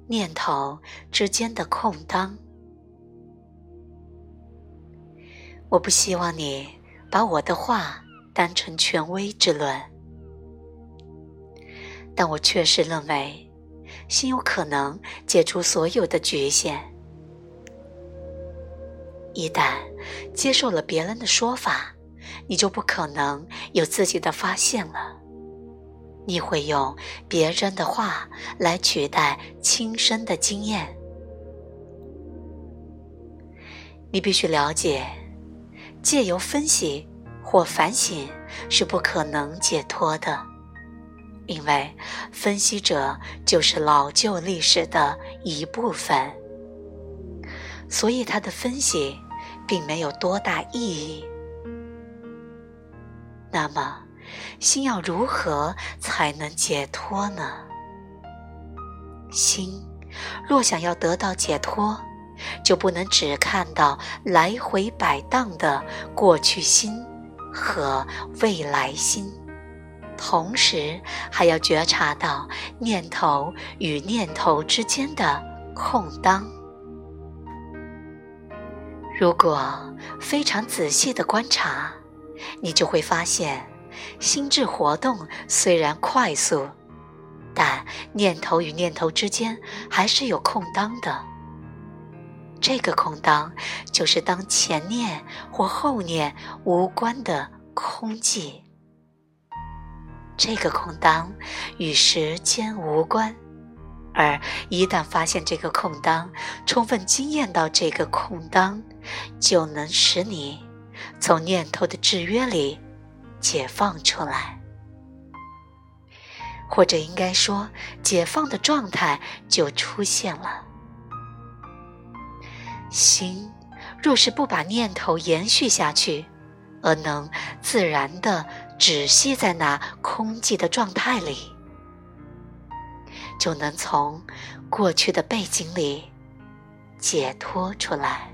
念头之间的空当。我不希望你把我的话当成权威之论，但我确实认为心有可能解除所有的局限。一旦接受了别人的说法，你就不可能有自己的发现了。你会用别人的话来取代亲身的经验。你必须了解，借由分析或反省是不可能解脱的，因为分析者就是老旧历史的一部分，所以他的分析并没有多大意义。那么心要如何才能解脱呢？心若想要得到解脱，就不能只看到来回摆荡的过去心和未来心，同时还要觉察到念头与念头之间的空当。如果非常仔细地观察，你就会发现，心智活动虽然快速，但念头与念头之间还是有空当的。这个空当就是当前念或后念无关的空寂。这个空当与时间无关，而一旦发现这个空当，充分经验到这个空当，就能使你从念头的制约里解放出来，或者应该说，解放的状态就出现了。心若是不把念头延续下去，而能自然地止息在那空寂的状态里，就能从过去的背景里解脱出来。